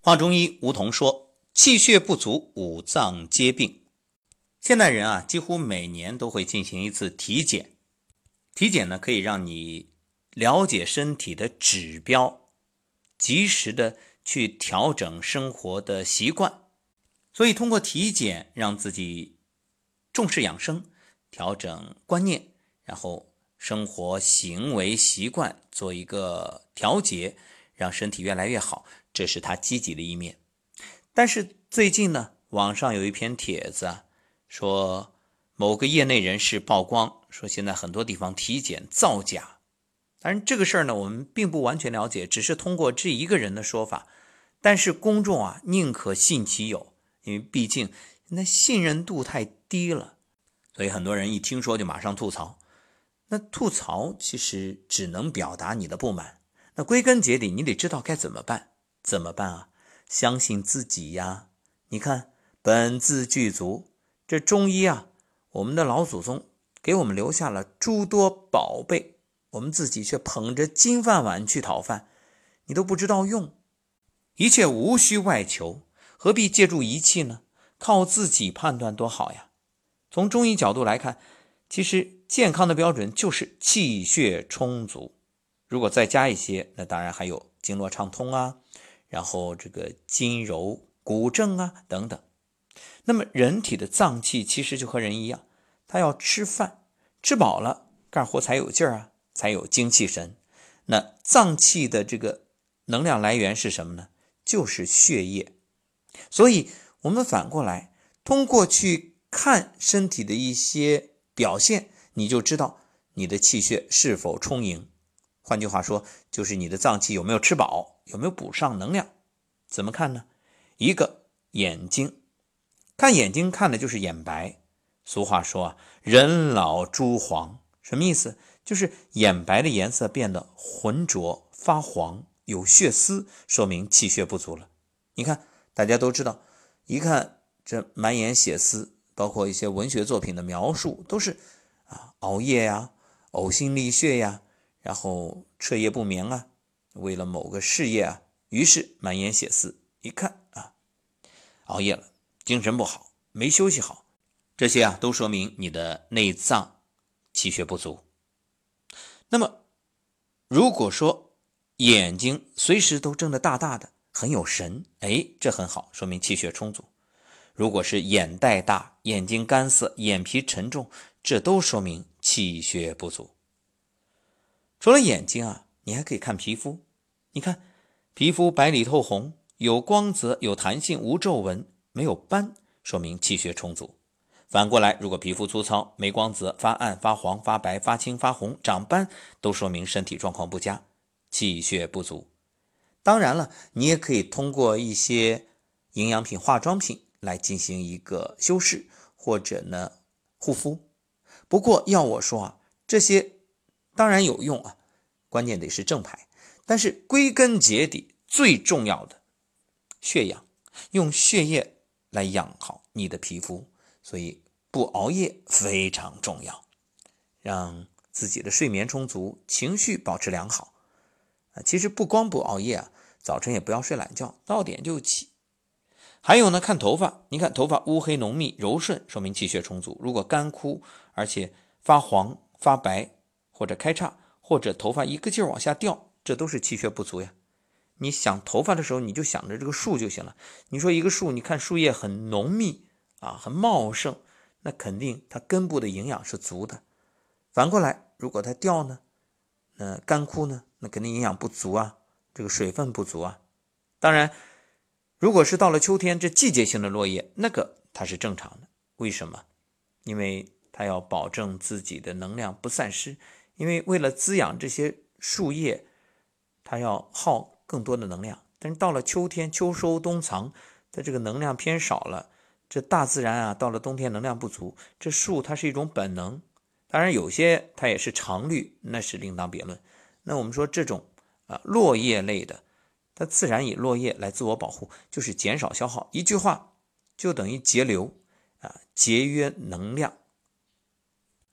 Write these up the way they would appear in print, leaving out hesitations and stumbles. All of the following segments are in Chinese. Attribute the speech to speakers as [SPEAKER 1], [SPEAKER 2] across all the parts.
[SPEAKER 1] 话中医吴桐说，气血不足，五脏皆病。现代人啊，几乎每年都会进行一次体检。体检呢，可以让你了解身体的指标，及时的去调整生活的习惯。所以通过体检让自己重视养生，调整观念，然后生活行为习惯做一个调节，让身体越来越好，这是他积极的一面。但是最近呢，网上有一篇帖子啊，说某个业内人士曝光，说现在很多地方体检造假。当然这个事儿呢，我们并不完全了解，只是通过这一个人的说法。但是公众啊，宁可信其有，因为毕竟那信任度太低了，所以很多人一听说就马上吐槽。那吐槽其实只能表达你的不满，那归根结底你得知道该怎么办。怎么办啊？相信自己呀。你看本自具足，这中医啊，我们的老祖宗给我们留下了诸多宝贝，我们自己却捧着金饭碗去讨饭，你都不知道用。一切无需外求，何必借助仪器呢？靠自己判断多好呀。从中医角度来看，其实健康的标准就是气血充足，如果再加一些，那当然还有经络畅通啊，然后这个筋柔骨正啊等等。那么人体的脏器其实就和人一样，它要吃饭，吃饱了干活才有劲儿啊，才有精气神。那脏器的这个能量来源是什么呢？就是血液。所以我们反过来，通过去看身体的一些表现，你就知道你的气血是否充盈。换句话说，就是你的脏器有没有吃饱，有没有补上能量。怎么看呢？一个眼睛，看眼睛看的就是眼白。俗话说啊，人老珠黄，什么意思？就是眼白的颜色变得浑浊发黄，有血丝，说明气血不足了。你看大家都知道，一看这满眼血丝，包括一些文学作品的描述，都是熬夜呀，呕心沥血呀，然后彻夜不眠啊，为了某个事业啊，于是满眼血丝。一看啊，熬夜了，精神不好，没休息好，这些啊都说明你的内脏气血不足。那么如果说眼睛随时都睁得大大的，很有神，这很好，说明气血充足。如果是眼袋大，眼睛干涩，眼皮沉重，这都说明气血不足。除了眼睛啊，你还可以看皮肤。你看皮肤白里透红，有光泽，有弹性，无皱纹，没有斑，说明气血充足。反过来，如果皮肤粗糙，没光泽，发暗，发黄，发白，发青，发红，长斑，都说明身体状况不佳，气血不足。当然了，你也可以通过一些营养品、化妆品来进行一个修饰，或者呢护肤。不过要我说啊，这些当然有用啊，关键得是正牌。但是归根结底，最重要的血养，用血液来养好你的皮肤。所以不熬夜非常重要，让自己的睡眠充足，情绪保持良好。其实不光不熬夜啊，早晨也不要睡懒觉，到点就起。还有呢，看头发，你看头发乌黑浓密柔顺，说明气血充足。如果干枯而且发黄发白，或者开叉，或者头发一个劲儿往下掉，这都是气血不足呀。你想头发的时候，你就想着这个树就行了。你说一个树，你看树叶很浓密很茂盛，那肯定它根部的营养是足的。反过来，如果它掉呢，干枯呢，那肯定营养不足啊，这个水分不足啊。当然如果是到了秋天，这季节性的落叶，那个它是正常的。为什么？因为它要保证自己的能量不散失，因为为了滋养这些树叶，它要耗更多的能量。但是到了秋天，秋收冬藏，它这个能量偏少了，这大自然啊，到了冬天能量不足，这树它是一种本能。当然有些它也是常绿，那是另当别论。那我们说这种落叶类的，它自然以落叶来自我保护，就是减少消耗。一句话就等于节流节约能量。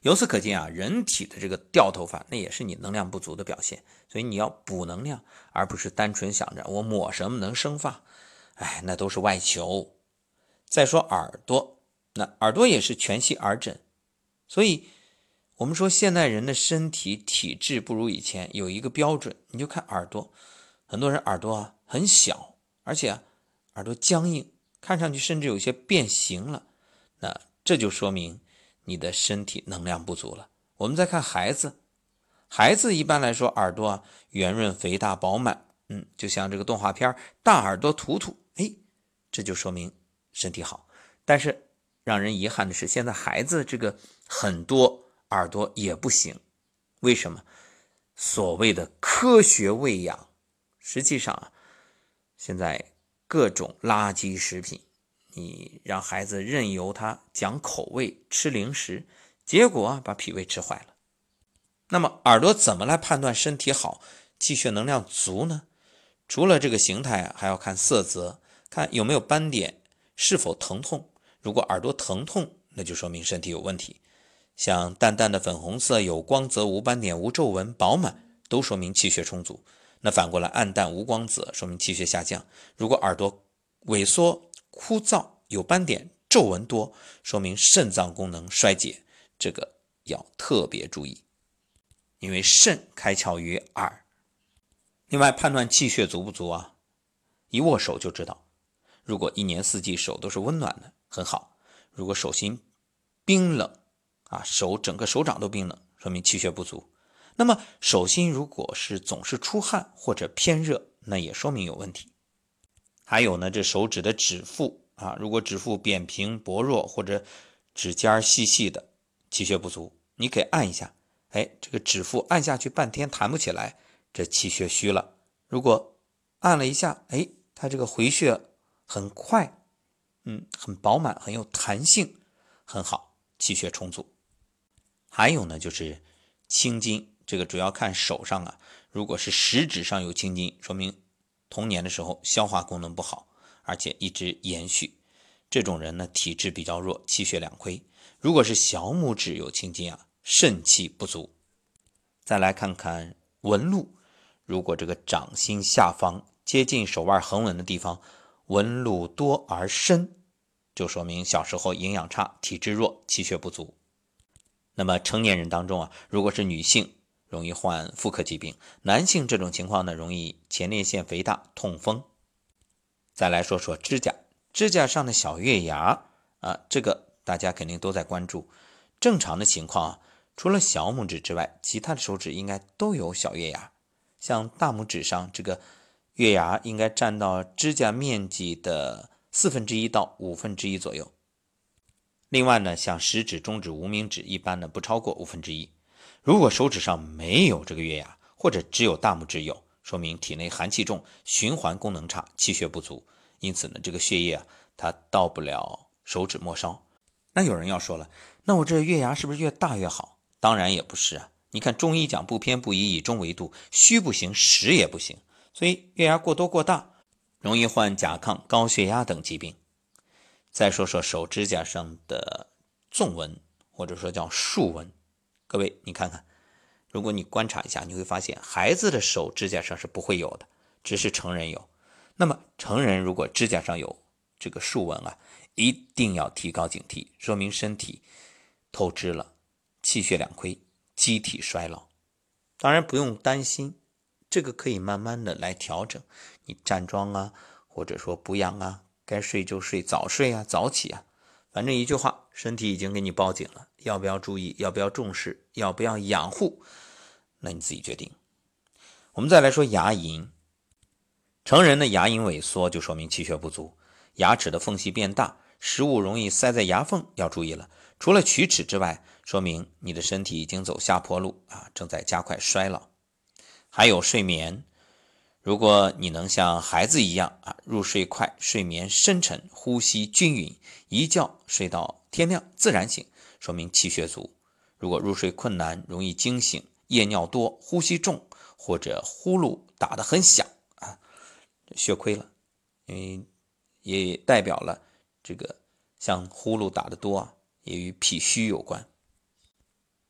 [SPEAKER 1] 由此可见啊，人体的这个掉头发，那也是你能量不足的表现，所以你要补能量，而不是单纯想着我抹什么能生发，那都是外求。再说耳朵，那耳朵也是全息耳诊，所以我们说现代人的身体体质不如以前，有一个标准，你就看耳朵，很多人耳朵很小，而且耳朵僵硬，看上去甚至有些变形了，那这就说明你的身体能量不足了。我们再看孩子，孩子一般来说耳朵圆润肥大饱满，就像这个动画片大耳朵图图，这就说明身体好。但是让人遗憾的是，现在孩子这个很多耳朵也不行，为什么？所谓的科学喂养，实际上现在各种垃圾食品，你让孩子任由他讲口味吃零食，结果把脾胃吃坏了。那么耳朵怎么来判断身体好气血能量足呢？除了这个形态还要看色泽，看有没有斑点，是否疼痛。如果耳朵疼痛，那就说明身体有问题。像淡淡的粉红色，有光泽无斑点无皱纹饱满，都说明气血充足。那反过来暗淡无光泽，说明气血下降。如果耳朵萎缩枯燥有斑点皱纹多，说明肾脏功能衰竭，这个要特别注意，因为肾开窍于耳。另外判断气血足不足一握手就知道。如果一年四季手都是温暖的，很好。如果手心冰冷整个手掌都冰冷，说明气血不足。那么手心如果是总是出汗或者偏热，那也说明有问题。还有呢，这手指的指腹如果指腹扁平薄弱或者指尖细细的，气血不足，你可以按一下，这个指腹按下去半天弹不起来，这气血虚了。如果按了一下，它这个回血很快，很饱满，很有弹性，很好，气血充足。还有呢，就是青筋，这个主要看手上如果是食指上有青筋，说明童年的时候消化功能不好，而且一直延续。这种人呢，体质比较弱，气血两亏。如果是小拇指有青筋肾气不足。再来看看纹路，如果这个掌心下方接近手腕横纹的地方纹路多而深，就说明小时候营养差，体质弱，气血不足。那么成年人当中如果是女性，容易患妇科疾病；男性这种情况呢，容易前列腺肥大、痛风。再来说说指甲，指甲上的小月牙这个大家肯定都在关注。正常的情况除了小拇指之外，其他的手指应该都有小月牙。像大拇指上这个月牙应该占到指甲面积的1/4到1/5左右。另外呢，像食指、中指、无名指一般呢不超过1/5。如果手指上没有这个月牙，或者只有大拇指有，说明体内寒气重，循环功能差，气血不足。因此呢，这个血液它到不了手指末梢。那有人要说了，那我这月牙是不是越大越好？当然也不是你看中医讲不偏不倚，以中为度，虚不行，实也不行。所以月牙过多过大，容易患甲亢、高血压等疾病。再说说手指甲上的纵纹，或者说叫竖纹。各位你看看，如果你观察一下，你会发现孩子的手指甲上是不会有的，只是成人有。那么成人如果指甲上有这个竖纹一定要提高警惕，说明身体透支了，气血两亏，机体衰老。当然不用担心，这个可以慢慢的来调整。你站桩或者说补养该睡就睡，早睡早起反正一句话，身体已经给你报警了，要不要注意，要不要重视，要不要养护，那你自己决定。我们再来说牙龈，成人的牙龈萎缩就说明气血不足，牙齿的缝隙变大，食物容易塞在牙缝，要注意了。除了龋齿之外，说明你的身体已经走下坡路正在加快衰老。还有睡眠，如果你能像孩子一样入睡快，睡眠深沉，呼吸均匀，一觉睡到天亮自然醒，说明气血足。如果入睡困难，容易惊醒，夜尿多，呼吸重，或者呼噜打得很响血亏了，因为也代表了这个像呼噜打得多也与脾虚有关。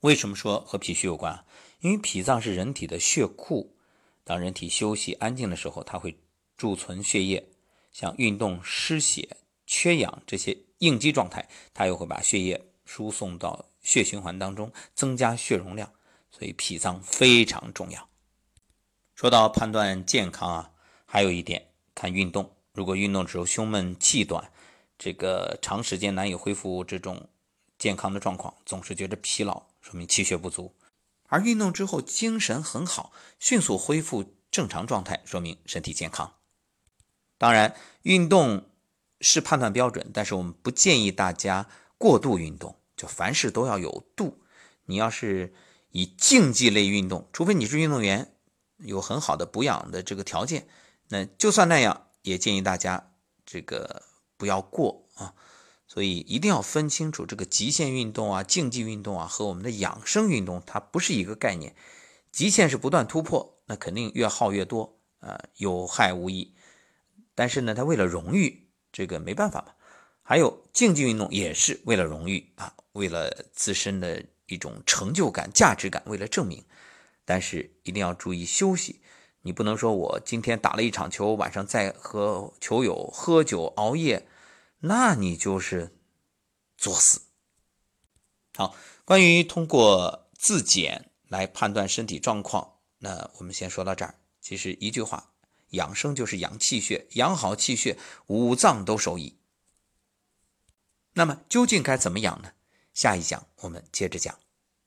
[SPEAKER 1] 为什么说和脾虚有关啊？因为脾脏是人体的血库，当人体休息安静的时候，它会贮存血液，像运动、失血、缺氧这些应激状态，它又会把血液输送到血循环当中，增加血容量，所以脾脏非常重要。说到判断健康啊，还有一点看运动，如果运动之后胸闷气短，这个长时间难以恢复这种健康的状况，总是觉得疲劳，说明气血不足。而运动之后精神很好，迅速恢复正常状态，说明身体健康。当然，运动是判断标准，但是我们不建议大家过度运动，就凡事都要有度。你要是以竞技类运动，除非你是运动员，有很好的补养的这个条件，那就算那样，也建议大家这个不要过啊。所以一定要分清楚这个极限运动啊、竞技运动啊和我们的养生运动，它不是一个概念。极限是不断突破，那肯定越耗越多，有害无益。但是呢，它为了荣誉，这个没办法嘛。还有竞技运动也是为了荣誉啊，为了自身的一种成就感、价值感，为了证明。但是一定要注意休息，你不能说我今天打了一场球，晚上再和球友喝酒熬夜，那你就是作死。好，关于通过自检来判断身体状况，那我们先说到这儿。其实一句话，养生就是养气血，养好气血，五脏都受益。那么究竟该怎么养呢？下一讲我们接着讲。